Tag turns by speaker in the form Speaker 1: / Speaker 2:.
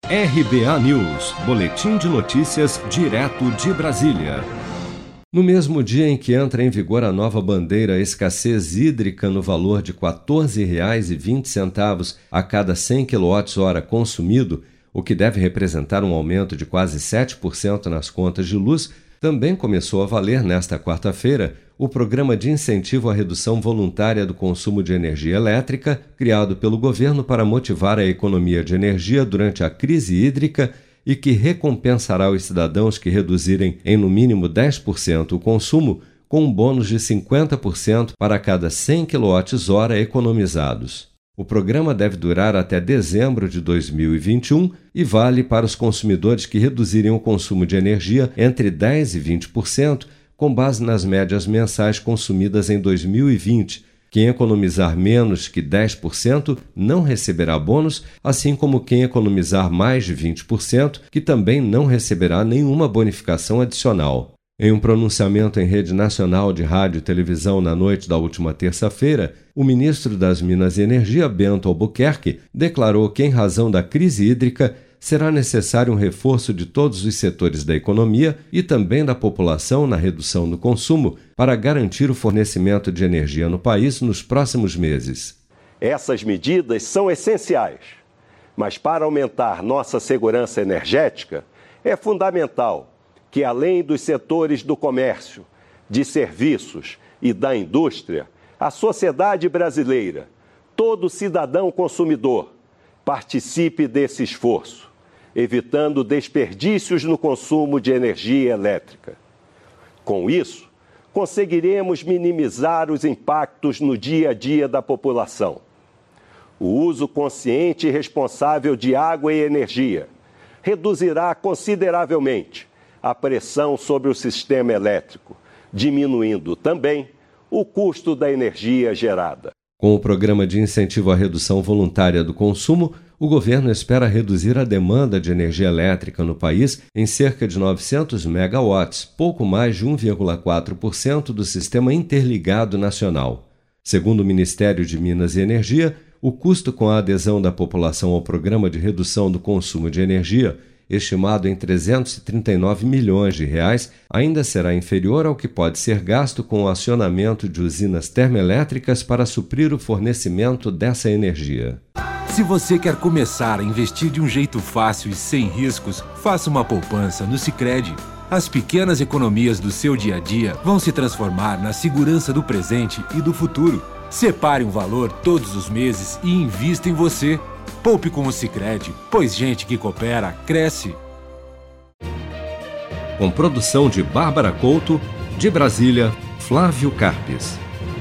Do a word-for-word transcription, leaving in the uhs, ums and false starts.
Speaker 1: R B A News, boletim de notícias direto de Brasília. No mesmo dia em que entra em vigor a nova bandeira escassez hídrica no valor de quatorze reais e vinte centavos a cada cem quilowatt-hora consumido, o que deve representar um aumento de quase sete por cento nas contas de luz, também começou a valer nesta quarta-feira o Programa de Incentivo à Redução Voluntária do Consumo de Energia Elétrica, criado pelo governo para motivar a economia de energia durante a crise hídrica e que recompensará os cidadãos que reduzirem em no mínimo dez por cento o consumo, com um bônus de cinquenta por cento para cada cem quilowatt-hora economizados. O programa deve durar até dezembro de dois mil e vinte e um e vale para os consumidores que reduzirem o consumo de energia entre dez por cento e vinte por cento, com base nas médias mensais consumidas em dois mil e vinte. Quem economizar menos que dez por cento não receberá bônus, assim como quem economizar mais de vinte por cento, que também não receberá nenhuma bonificação adicional. Em um pronunciamento em rede nacional de rádio e televisão na noite da última terça-feira, o ministro das Minas e Energia, Bento Albuquerque, declarou que, em razão da crise hídrica, será necessário um reforço de todos os setores da economia e também da população na redução do consumo para garantir o fornecimento de energia no país nos próximos meses.
Speaker 2: Essas medidas são essenciais, mas para aumentar nossa segurança energética, é fundamental que, além dos setores do comércio, de serviços e da indústria, a sociedade brasileira, todo cidadão consumidor, participe desse esforço, evitando desperdícios no consumo de energia elétrica. Com isso, conseguiremos minimizar os impactos no dia a dia da população. O uso consciente e responsável de água e energia reduzirá consideravelmente a pressão sobre o sistema elétrico, diminuindo também o custo da energia gerada.
Speaker 1: Com o Programa de Incentivo à Redução Voluntária do Consumo, o governo espera reduzir a demanda de energia elétrica no país em cerca de novecentos megawatts, pouco mais de um vírgula quatro por cento do Sistema Interligado Nacional. Segundo o Ministério de Minas e Energia, o custo com a adesão da população ao Programa de Redução do Consumo de Energia, estimado em trezentos e trinta e nove milhões de reais, ainda será inferior ao que pode ser gasto com o acionamento de usinas termoelétricas para suprir o fornecimento dessa energia.
Speaker 3: Se você quer começar a investir de um jeito fácil e sem riscos, faça uma poupança no Sicredi. As pequenas economias do seu dia a dia vão se transformar na segurança do presente e do futuro. Separe um valor todos os meses e invista em você. Poupe com o Sicredi, pois gente que coopera, cresce.
Speaker 1: Com produção de Bárbara Couto, de Brasília, Flávio Carpes.